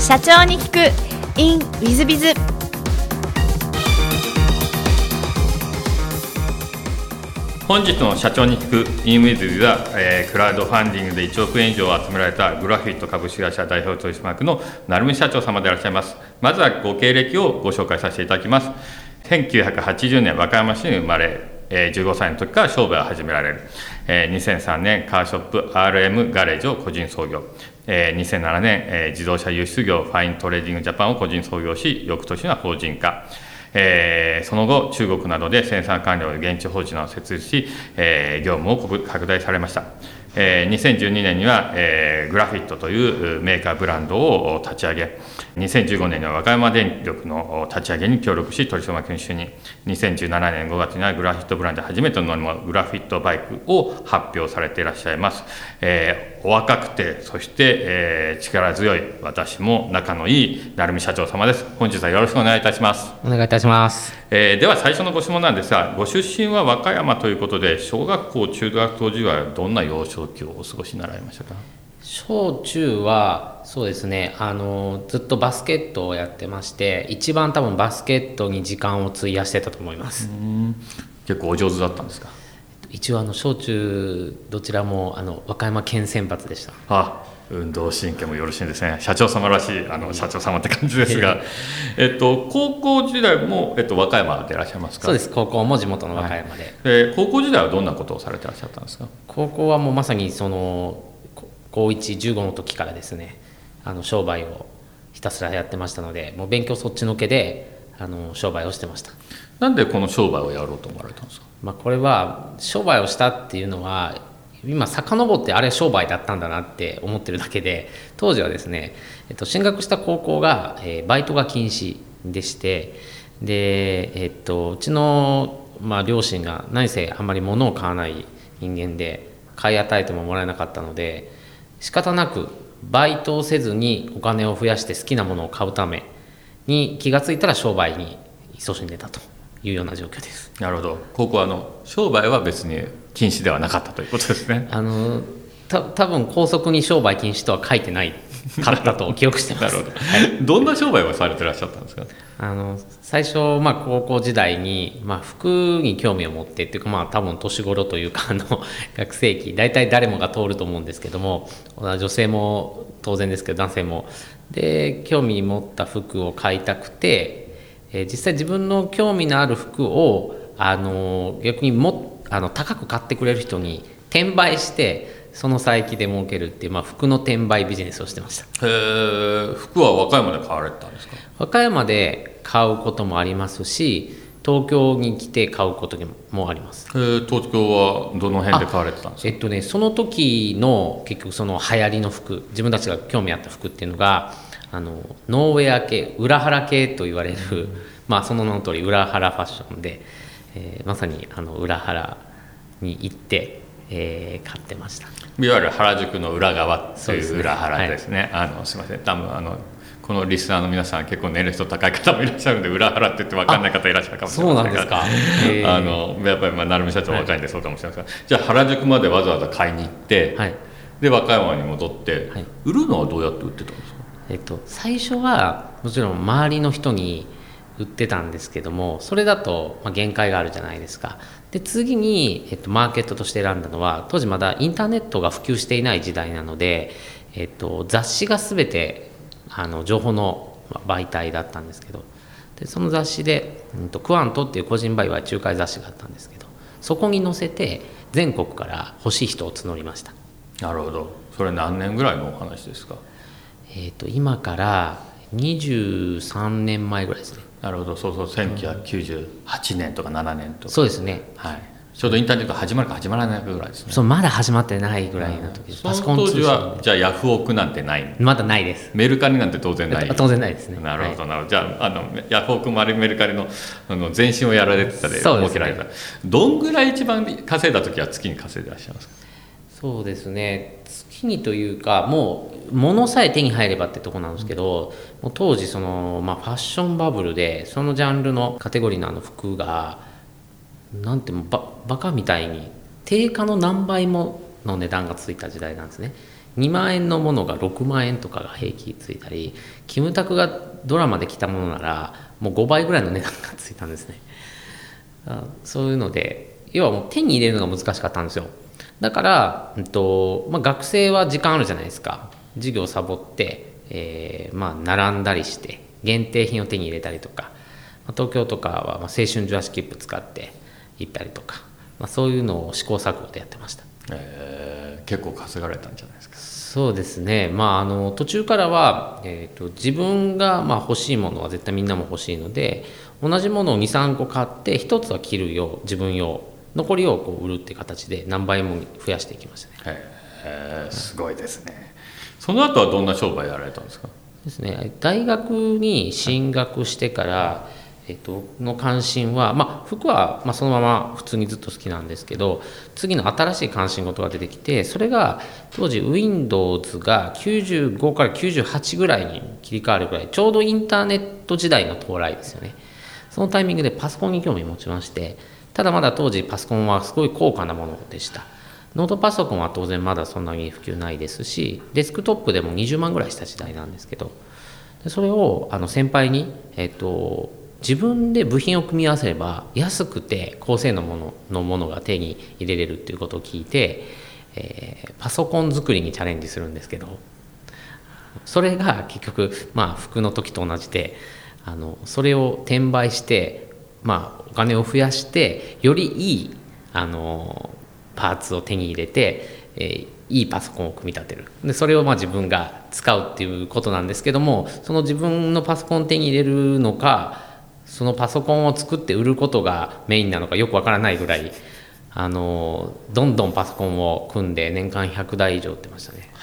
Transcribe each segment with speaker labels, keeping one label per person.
Speaker 1: 社長に聞く in ウィズビズ。
Speaker 2: 本日の社長に聞く in ウィズビズは、クラウドファンディングで1億円以上集められたグラフィット株式会社代表取締役の成美社長様でいらっしゃいます。まずはご経歴をご紹介させていただきます。1980年和歌山市に生まれ、15歳の時から商売を始められる。2003年カーショップ RM ガレージを個人創業。2007年、自動車輸出業ファイントレーディングジャパンを個人創業し、翌年には法人化。その後中国などで生産管理を現地法人を設立し、業務を拡大されました。2012年には、グラフィットというメーカーブランドを立ち上げ、2015年には和歌山電力の立ち上げに協力し取締役に就任。2017年5月にはグラフィットブランド初めての乗り物グラフィットバイクを発表されていらっしゃいます。お若くてそして、力強い、私も仲のいい成美社長様です。本日はよろしくお願いいたします。
Speaker 3: お願いいたします。
Speaker 2: では最初のご質問なんですが、ご出身は和歌山ということで、小学校中学校時代はどんな幼少期をお過ごしになられましたか？
Speaker 3: 小中はそうですね、ずっとバスケットをやってまして、一番多分バスケットに時間を費やしてたと思います。
Speaker 2: 結構お上手だったんですか？
Speaker 3: 一応小中どちらも和歌山県選抜でした。
Speaker 2: 運動神経もよろしいんですね。社長様らしい社長様って感じですが、高校時代も、和歌山でいらっしゃいますか？
Speaker 3: そうです。高校も地元の和歌山で、
Speaker 2: 高校時代はどんなことをされていらっしゃったんですか？
Speaker 3: 高校はもうまさに高1、15の時からですね、商売をひたすらやってましたので、もう勉強そっちのけで商売をしてました。
Speaker 2: なんでこの商売をやろうと思われたんですか？
Speaker 3: これは商売をしたっていうのは今遡ってあれ商売だったんだなって思ってるだけで、当時はですね、進学した高校が、バイトが禁止でして、で、うちの、両親が何せあんまり物を買わない人間で、買い与えてももらえなかったので、仕方なくバイトをせずにお金を増やして好きなものを買うために気がついたら商売に勤しんでたというような状況です。
Speaker 2: なるほど。高校は商売は別に禁止ではなかったということですね。
Speaker 3: 多分校則に商売禁止とは書いてないかったと記憶してます。
Speaker 2: なるほど、どんな商売をされてらっしゃったんですか？
Speaker 3: 最初、高校時代に、服に興味を持ってっていうか、多分年頃というか学生期、大体誰もが通ると思うんですけども、女性も当然ですけど男性もで興味持った服を買いたくて、実際自分の興味のある服を逆に高く買ってくれる人に転売してその差益で儲けるっていう、服の転売ビジネスをしてました。
Speaker 2: 服は和歌山で買われたんですか？
Speaker 3: 和歌山で買うこともありますし、東京に来て買うこともあります。
Speaker 2: 東京はどの辺で買われてたんですか？
Speaker 3: その時の結局その流行りの服、自分たちが興味あった服っていうのがノーウェア系、裏腹系と言われる、その名の通り裏腹ファッションで、まさに裏腹に行って、買ってました。
Speaker 2: いわゆる原宿の裏側という裏腹ですね。すいません、多分このリスナーの皆さん結構年齢層高い方もいらっしゃるんで、裏腹って言って分かんない方いらっしゃるかもしれませんが、
Speaker 3: そうなんですか？
Speaker 2: やっぱり成美社長若いんでそうかもしれませんが、じゃあ原宿までわざわざ買いに行って、で和歌山に戻って、売るのはどうやって売ってたんですか？
Speaker 3: 最初はもちろん周りの人に売ってたんですけども、それだと限界があるじゃないですか。で次に、マーケットとして選んだのは、当時まだインターネットが普及していない時代なので、雑誌が全て情報の媒体だったんですけど、でその雑誌で、クワントっていう個人売買仲介雑誌があったんですけど、そこに載せて全国から欲しい人を募りました。
Speaker 2: なるほど。それ何年ぐらいのお話ですか？
Speaker 3: 今から23年前ぐらいですね。
Speaker 2: なるほど。そう1998年とか7年とか。
Speaker 3: そうですね。
Speaker 2: ちょうどインターネットが始まるか始まらないかぐらいですね。
Speaker 3: そう、まだ始まってないぐらいの時です。
Speaker 2: その当時はじゃあヤフオクなんてない？
Speaker 3: まだないです。
Speaker 2: メルカリなんて当然ない？
Speaker 3: 当然ないですね。
Speaker 2: なるほど、なるほど。じゃあヤフオクもメルカリの前身をやられてたで設けられた。どんぐらい一番稼いだ時は月に稼いでらっしゃいますか？
Speaker 3: そうですね、月にというか、もう物さえ手に入ればってとこなんですけど、もう当時ファッションバブルで、そのジャンルのカテゴリーの服がなんてバカみたいに定価の何倍もの値段がついた時代なんですね。2万円のものが6万円とかが平気ついたり、キムタクがドラマで着たものならもう5倍ぐらいの値段がついたんですね。そういうので要はもう手に入れるのが難しかったんですよ。だから、学生は時間あるじゃないですか。授業をサボって、並んだりして限定品を手に入れたりとか、東京とかは青春18切符使って行ったりとか、そういうのを試行錯誤でやってました。
Speaker 2: 結構稼がれたんじゃないですか。
Speaker 3: そうですね、途中からは、自分が欲しいものは絶対みんなも欲しいので、同じものを 2,3 個買って1つは着るよう自分用、残りをこう売るっていう形で何倍も増やしていきましたね。
Speaker 2: すごいですね。その後はどんな商売やられたんですか？
Speaker 3: ですね、大学に進学してから、の関心は、服はそのまま普通にずっと好きなんですけど、次の新しい関心事が出てきて、それが当時 Windows が95から98ぐらいに切り替わるぐらい、ちょうどインターネット時代の到来ですよね。そのタイミングでパソコンに興味を持ちまして、ただまだ当時パソコンはすごい高価なものでした。ノートパソコンは当然まだそんなに普及ないですし、デスクトップでも20万ぐらいした時代なんですけど、それを先輩に、自分で部品を組み合わせれば安くて高性能のものが手に入れれるっていうことを聞いて、パソコン作りにチャレンジするんですけど、それが結局服の時と同じで、それを転売して、お金を増やしてよりいいパーツを手に入れて、いいパソコンを組み立てる。でそれを自分が使うっていうことなんですけども、その自分のパソコンを手に入れるのか、そのパソコンを作って売ることがメインなのかよくわからないぐらい、どんどんパソコンを組んで年間100台以上売ってましたね。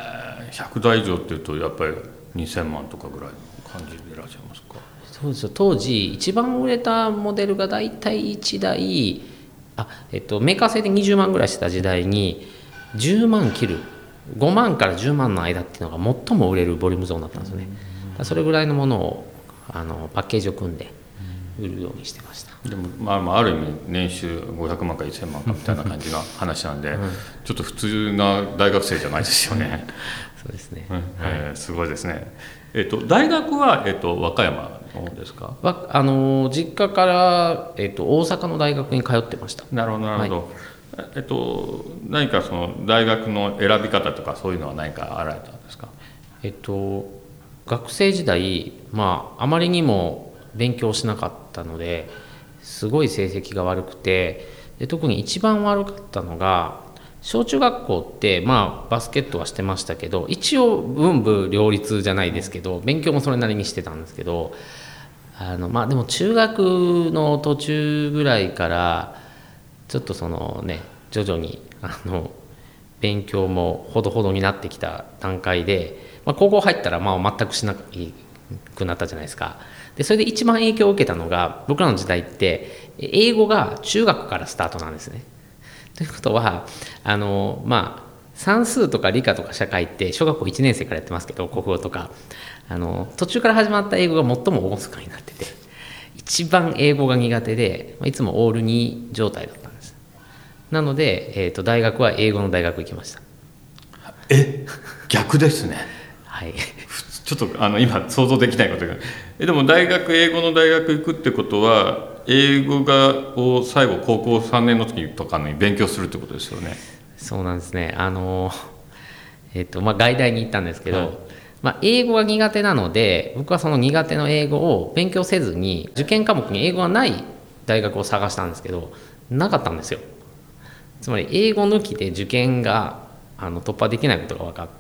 Speaker 2: 100台以上っていうとやっぱり2000万とかぐらいの感じでいらっしゃいますか？
Speaker 3: そうですよ。当時一番売れたモデルがだいたい1台メーカー製で20万ぐらいしてた時代に10万切る、5万から10万の間っていうのが最も売れるボリュームゾーンだったんですよね。それぐらいのものをパッケージを組んで売るようにしてました。
Speaker 2: でもある意味年収500万か1000万かみたいな感じの話なんで、ちょっと普通な大学生じゃないですよね。
Speaker 3: そうですね、
Speaker 2: すごいですね。大学は、和歌山の方ですか？
Speaker 3: 実家から、大阪の大学に通ってました。
Speaker 2: なるほどなるほど。何かその大学の選び方とかそういうのは何かあられたんですか？
Speaker 3: 学生時代、あまりにも勉強しなかったのですごい成績が悪くて、で特に一番悪かったのが、小中学校ってバスケットはしてましたけど、一応文武両立じゃないですけど勉強もそれなりにしてたんですけど、でも中学の途中ぐらいからちょっと徐々に勉強もほどほどになってきた段階で、高校入ったら全くしなくなったじゃないですか。でそれで一番影響を受けたのが、僕らの時代って英語が中学からスタートなんですね。ということは算数とか理科とか社会って小学校1年生からやってますけど、国語とか途中から始まった英語が最もおろそかになってて、一番英語が苦手で、いつもオール2状態だったんです。なので、大学は英語の大学行きました。
Speaker 2: 逆ですね。
Speaker 3: はい
Speaker 2: ちょっと今想像できないことが、でも英語の大学行くってことは英語を最後高校3年の時とかに勉強するってことですよね。
Speaker 3: そうなんですね。外大に行ったんですけど、英語が苦手なので、僕はその苦手の英語を勉強せずに受験科目に英語がない大学を探したんですけど、なかったんですよ。つまり英語抜きで受験が突破できないことが分かって、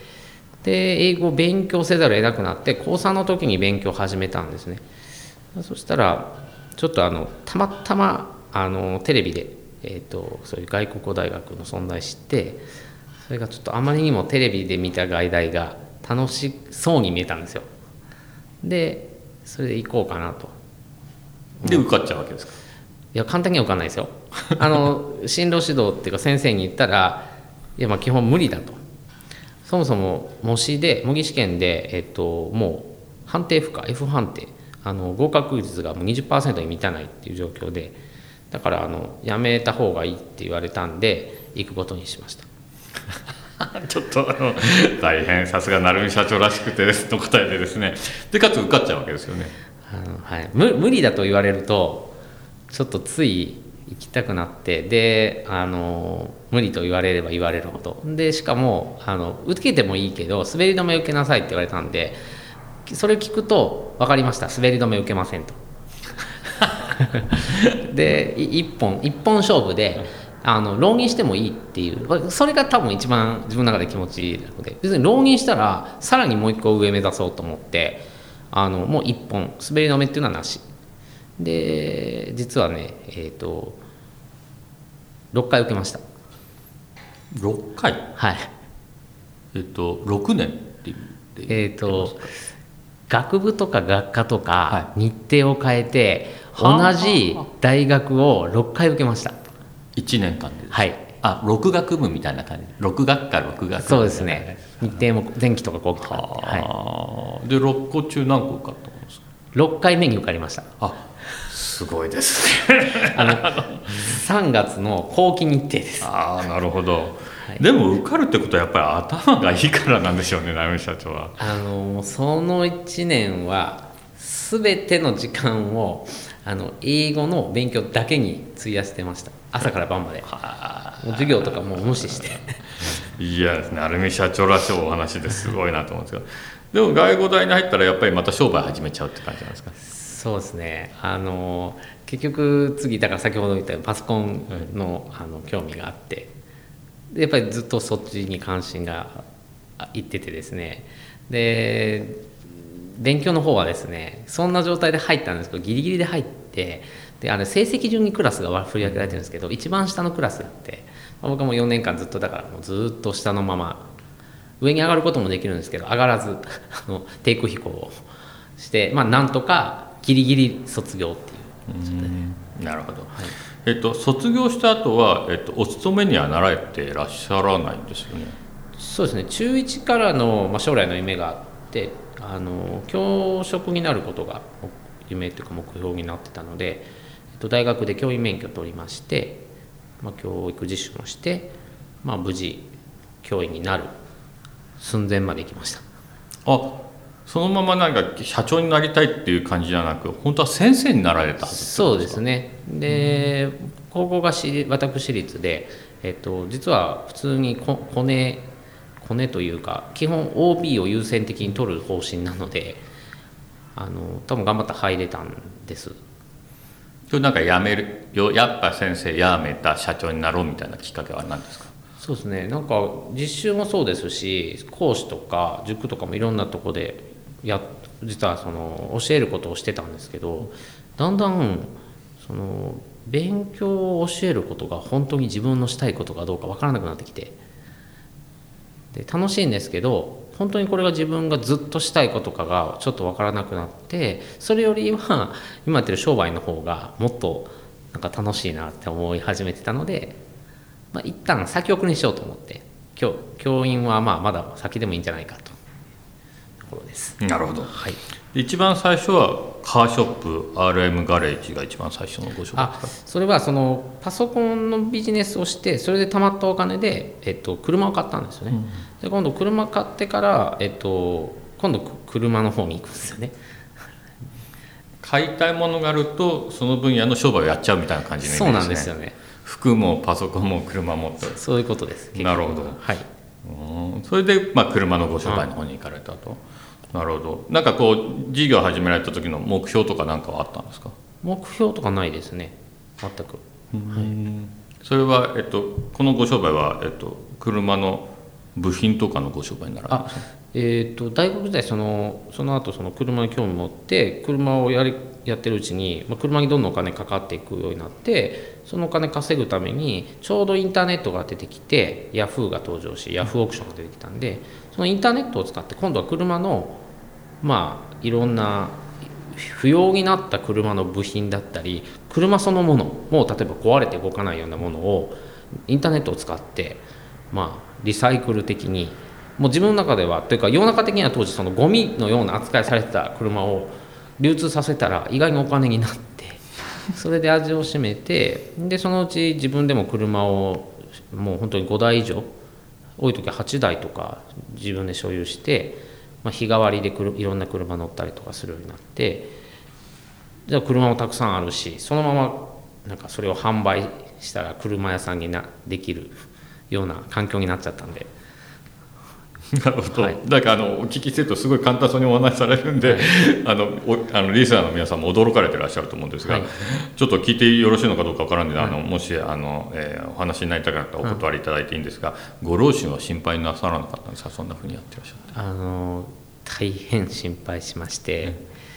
Speaker 3: で英語を勉強せざるを得なくなって高3の時に勉強を始めたんですね。そしたらちょっとたまたまテレビで、そういう外国語大学の存在知って、それがちょっとあまりにもテレビで見た外大が楽しそうに見えたんですよ。でそれで行こうかなと。
Speaker 2: で受かっちゃうわけですか？
Speaker 3: いや簡単には受かんないですよ。進路指導っていうか先生に言ったら、いや基本無理だと。そもそも模試試験で、もう判定不可 F 判定、合格率がもう 20% に満たないっていう状況で、だからやめた方がいいって言われたんで行くことにしました。
Speaker 2: ちょっと大変さすが成美社長らしくての答えでですね、でかつ受かっちゃうわけですよね。
Speaker 3: はい、無理だと言われるとちょっとつい行きたくなって、で無理と言われれば言われるほどで、しかも受けてもいいけど滑り止め受けなさいって言われたんで、それを聞くと分かりました、滑り止め受けませんとで一本勝負で浪人してもいいっていう、それが多分一番自分の中で気持ちいいので、別に浪人したらさらにもう一個上目指そうと思って、もう一本滑り止めっていうのはなしで、実はね6回受けました。
Speaker 2: 6回、
Speaker 3: はい、
Speaker 2: 6年っていう
Speaker 3: 学部とか学科とか
Speaker 2: は
Speaker 3: 日程を変えて同じ大学を6回受けました。
Speaker 2: 1年間で、
Speaker 3: はい、
Speaker 2: 6学部みたいな感じ、6学科6学部、
Speaker 3: そうですね、日程も前期とか後期とかあって、
Speaker 2: はい、で6個中何個受かったんですか。
Speaker 3: 6回目に受かりました。
Speaker 2: すごいですね
Speaker 3: 3月の後期日程です。
Speaker 2: なるほど、
Speaker 3: はい、
Speaker 2: でも受かるってことはやっぱり頭がいいからなんでしょうね、成美社長は。
Speaker 3: その1年は全ての時間を英語の勉強だけに費やしてました。朝から晩までもう授業とかもう無視して
Speaker 2: いや、成美社長らしいお話ですごいなと思うんですけどでも外語大に入ったらやっぱりまた商売始めちゃうって感じなんですか。
Speaker 3: そうですね、結局次だから先ほど言ったようにパソコンの、興味があって、でやっぱりずっとそっちに関心がいっててですね、で勉強の方はですねそんな状態で入ったんですけど、ギリギリで入って、で成績順にクラスが振り分けられてるんですけど、一番下のクラスがあって、僕はもう4年間ずっとだからもうずっと下のまま、上に上がることもできるんですけど上がらず低空飛行をして、なんとかギリギリ卒業っていう状態で。
Speaker 2: なるほど、はい、卒業した後は、お勤めにはなられてらっしゃらないんですよね。
Speaker 3: そうですね、中1からの、将来の夢があって、教職になることが夢というか目標になってたので、大学で教員免許を取りまして、教育実習もして、無事教員になる寸前まで行きました。
Speaker 2: そのままなんか社長になりたいっていう感じじゃなく、本当は先生になられたはずですか。
Speaker 3: そうですね。で高校が私立で、実は普通にコネというか基本 OB を優先的に取る方針なので、多分頑張って入れたんです。
Speaker 2: なんかやっぱ先生辞めた社長になろうみたいなきっかけは何ですか。
Speaker 3: そうですね、なんか実習もそうですし、講師とか塾とかもいろんなとこで実は教えることをしてたんですけど、だんだん勉強を教えることが本当に自分のしたいことかどうか分からなくなってきて、で楽しいんですけど本当にこれが自分がずっとしたいことかがちょっと分からなくなって、それよりは今やってる商売の方がもっとなんか楽しいなって思い始めてたので、一旦先送りにしようと思って、教員はまだ先でもいいんじゃないかというところです。
Speaker 2: なるほど、
Speaker 3: はい、
Speaker 2: 一番最初はカーショップ RM ガレージが一番最初のご紹介ですか。
Speaker 3: それはパソコンのビジネスをして、それで貯まったお金で、車を買ったんですよね。で今度車買ってから、今度車の方に行くんですよね。
Speaker 2: 買いたいものがあるとその分野の商売をやっちゃうみたいな感じのイメージですね。
Speaker 3: そうなんですよね。
Speaker 2: 服もパソコンも車も
Speaker 3: そういうことです。
Speaker 2: なるほど、
Speaker 3: はい、
Speaker 2: それで、車のご商売の方に行かれたと。なるほど。なんか事業を始められた時の目標とか何かはあったんですか。
Speaker 3: 目標とかないですね、全く。
Speaker 2: それは、このご商売は、車の部品とかのご商売になられますか。
Speaker 3: 大学時代その後車に興味持って車をやってるうちに、車にどんどんお金かかっていくようになって、そのお金稼ぐためにちょうどインターネットが出てきて、ヤフーが登場しヤフーオークションが出てきたんで、そのインターネットを使って今度は車のいろんな不要になった車の部品だったり、車そのものも例えば壊れて動かないようなものをインターネットを使ってリサイクル的に、もう自分の中ではというか世の中的には当時ゴミのような扱いされてた車を流通させたら意外にお金になって、それで味を占めて、でそのうち自分でも車をもう本当に5台以上多い時は8台とか自分で所有して、日替わりでいろんな車乗ったりとかするようになって、じゃあ車もたくさんあるし、そのままなんかそれを販売したら車屋さんにできるような環境になっちゃったんで。
Speaker 2: なるほど、だからお聞きするとすごい簡単そうにお話しされるんで、リスナーの皆さんも驚かれてらっしゃると思うんですが、ちょっと聞いてよろしいのかどうかわからんので、もしお話になりたかったらお断りいただいていいんですが、ご両親は心配なさらなかったんですか？そんなふうにやってらっしゃって。
Speaker 3: 大変心配しまして、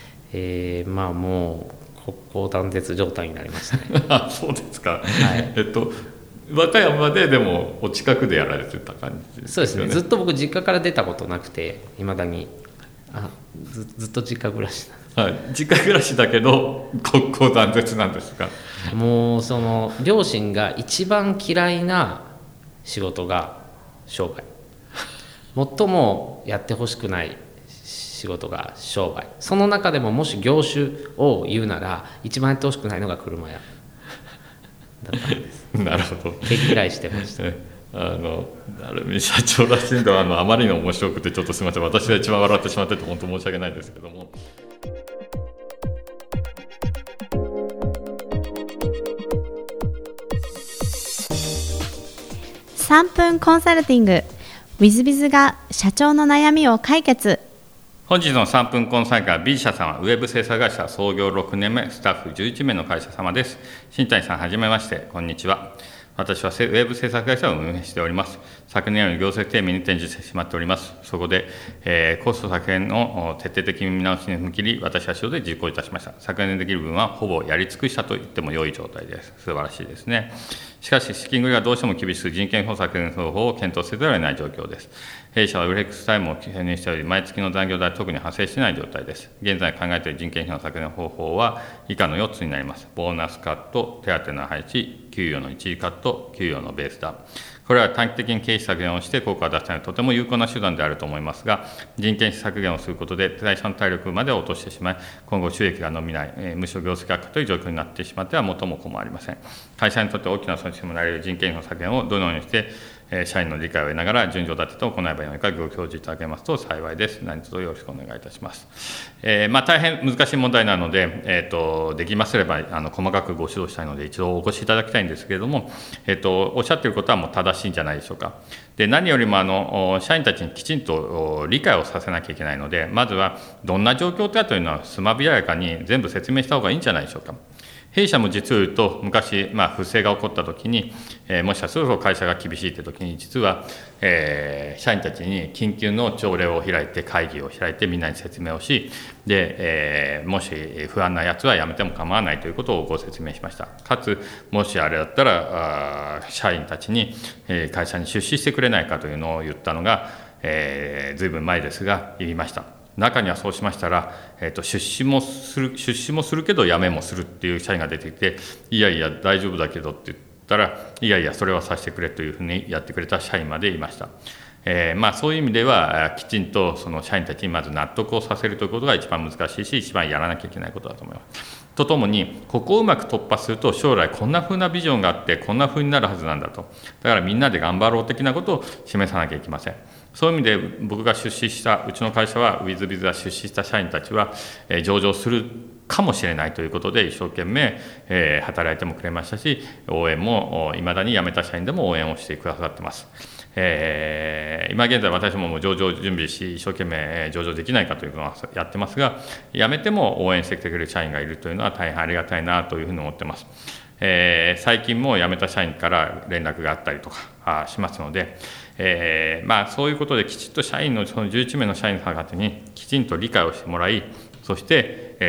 Speaker 3: もう国交断絶状態になりましたね。
Speaker 2: あ、そうですか。和歌山でもお近くでやられてた感じですよね。
Speaker 3: そうですね。ずっと僕実家から出たことなくて、いまだにずっと実家暮らし
Speaker 2: なんです。実家暮らしだけど国交断絶なんですが、
Speaker 3: もうその両親が一番嫌いな仕事が商売、最もやってほしくない仕事が商売、その中でももし業種を言うなら一番やってほしくないのが車屋だったんです。
Speaker 2: なるほど。
Speaker 3: 毛嫌いしてました。
Speaker 2: 成美社長らしいのはあまりに面白くて、ちょっとすみません、私が一番笑ってしまってて本当申し訳ないんですけども。
Speaker 1: 3分コンサルティング WithBiz が社長の悩みを解決。
Speaker 2: 本日の3分コンサルは B 社さんはウェブ制作会社創業6年目、スタッフ11名の会社様です。新谷さん、はじめまして、こんにちは。私はウェブ制作会社を運営しております。昨年より業績低迷に転じてしまっております。そこで、コスト削減の徹底的に見直しに踏み切り、私は主導で実行いたしました。昨年できる分はほぼやり尽くしたと言っても良い状態です。素晴らしいですね。しかし、資金繰りがどうしても厳しく、人件費削減方法を検討せざるを得ない状況です。弊社はフレックスタイムを懸念しており、毎月の残業代は特に発生していない状態です。現在考えている人件費の削減方法は以下の4つになります。ボーナスカット、手当の配置、給与の一時カット、給与のベースダウン。これは短期的に経費削減をして効果を出すためにとても有効な手段であると思いますが、人件費削減をすることで会社の体力まで落としてしまい、今後収益が伸びない、むしろ業績悪化という状況になってしまっては元も子もありません。会社にとって大きな損失にもなれる人件費の削減をどのようにして社員の理解を得ながら順序立てて行えばよいのかご教示いただけますと幸いです。何卒よろしくお願いいたします。大変難しい問題なので、できますれば細かくご指導したいので一度お越しいただきたいんですけれども、おっしゃっていることはもう正しいんじゃないでしょうか。で、何よりも社員たちにきちんと理解をさせなきゃいけないので、まずはどんな状況かというのはつまびらやかに全部説明した方がいいんじゃないでしょうか。弊社も実を言うと、昔、不正が起こったときに、もしかすると会社が厳しいというときに、実は、社員たちに緊急の朝礼を開いて、会議を開いて、みんなに説明をし、で、もし不安なやつは辞めても構わないということをご説明しました。かつ、もしあれだったら、社員たちに、会社に出資してくれないかというのを言ったのが、ずいぶん前ですが、言いました。中にはそうしましたら、出資もするけど辞めもするっていう社員が出てきて、いやいや大丈夫だけどって言ったら、いやいやそれはさせてくれというふうにやってくれた社員までいました。そういう意味ではきちんとその社員たちにまず納得をさせるということが一番難しいし、一番やらなきゃいけないことだと思います。とともに、ここをうまく突破すると将来こんな風なビジョンがあってこんな風になるはずなんだと。だからみんなで頑張ろう的なことを示さなきゃいけません。そういう意味で僕が出資した、うちの会社はWithBizが出資した社員たちは上場するかもしれないということで一生懸命働いてもくれましたし、応援もいまだに辞めた社員でも応援をしてくださってます。今現在私ももう上場準備し、一生懸命上場できないかというのはやってますが、辞めても応援してくれる社員がいるというのは大変ありがたいなというふうに思ってます。最近も辞めた社員から連絡があったりとかしますので、そういうことできちっと社員のその11名の社員の方にきちんと理解をしてもらい、そして、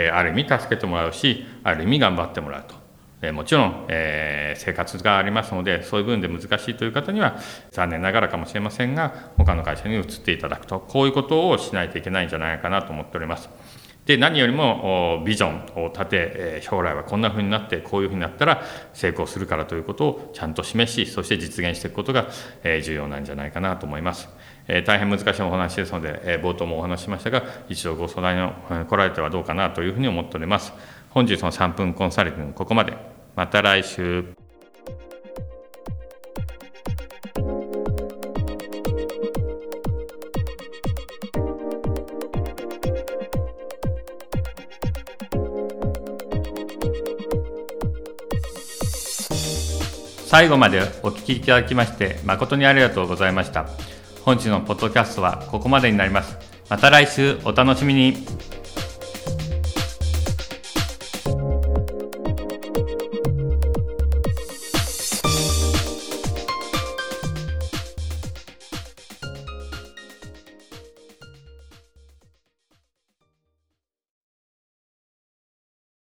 Speaker 2: ある意味助けてもらうし、ある意味頑張ってもらうと。もちろん、生活がありますので、そういう部分で難しいという方には残念ながらかもしれませんが、他の会社に移っていただくと、こういうことをしないといけないんじゃないかなと思っております。で、何よりもビジョンを立て、将来はこんなふうになってこういうふうになったら成功するからということをちゃんと示し、そして実現していくことが重要なんじゃないかなと思います。大変難しいお話ですので、冒頭もお話ししましたが、一度ご相談に来られてはどうかなというふうに思っております。本日の3分コンサルティング、ここまで。また来週。 最後までお聞きいただきまして誠にありがとうございました。本日のポッドキャストはここまでになります。また来週お楽しみに。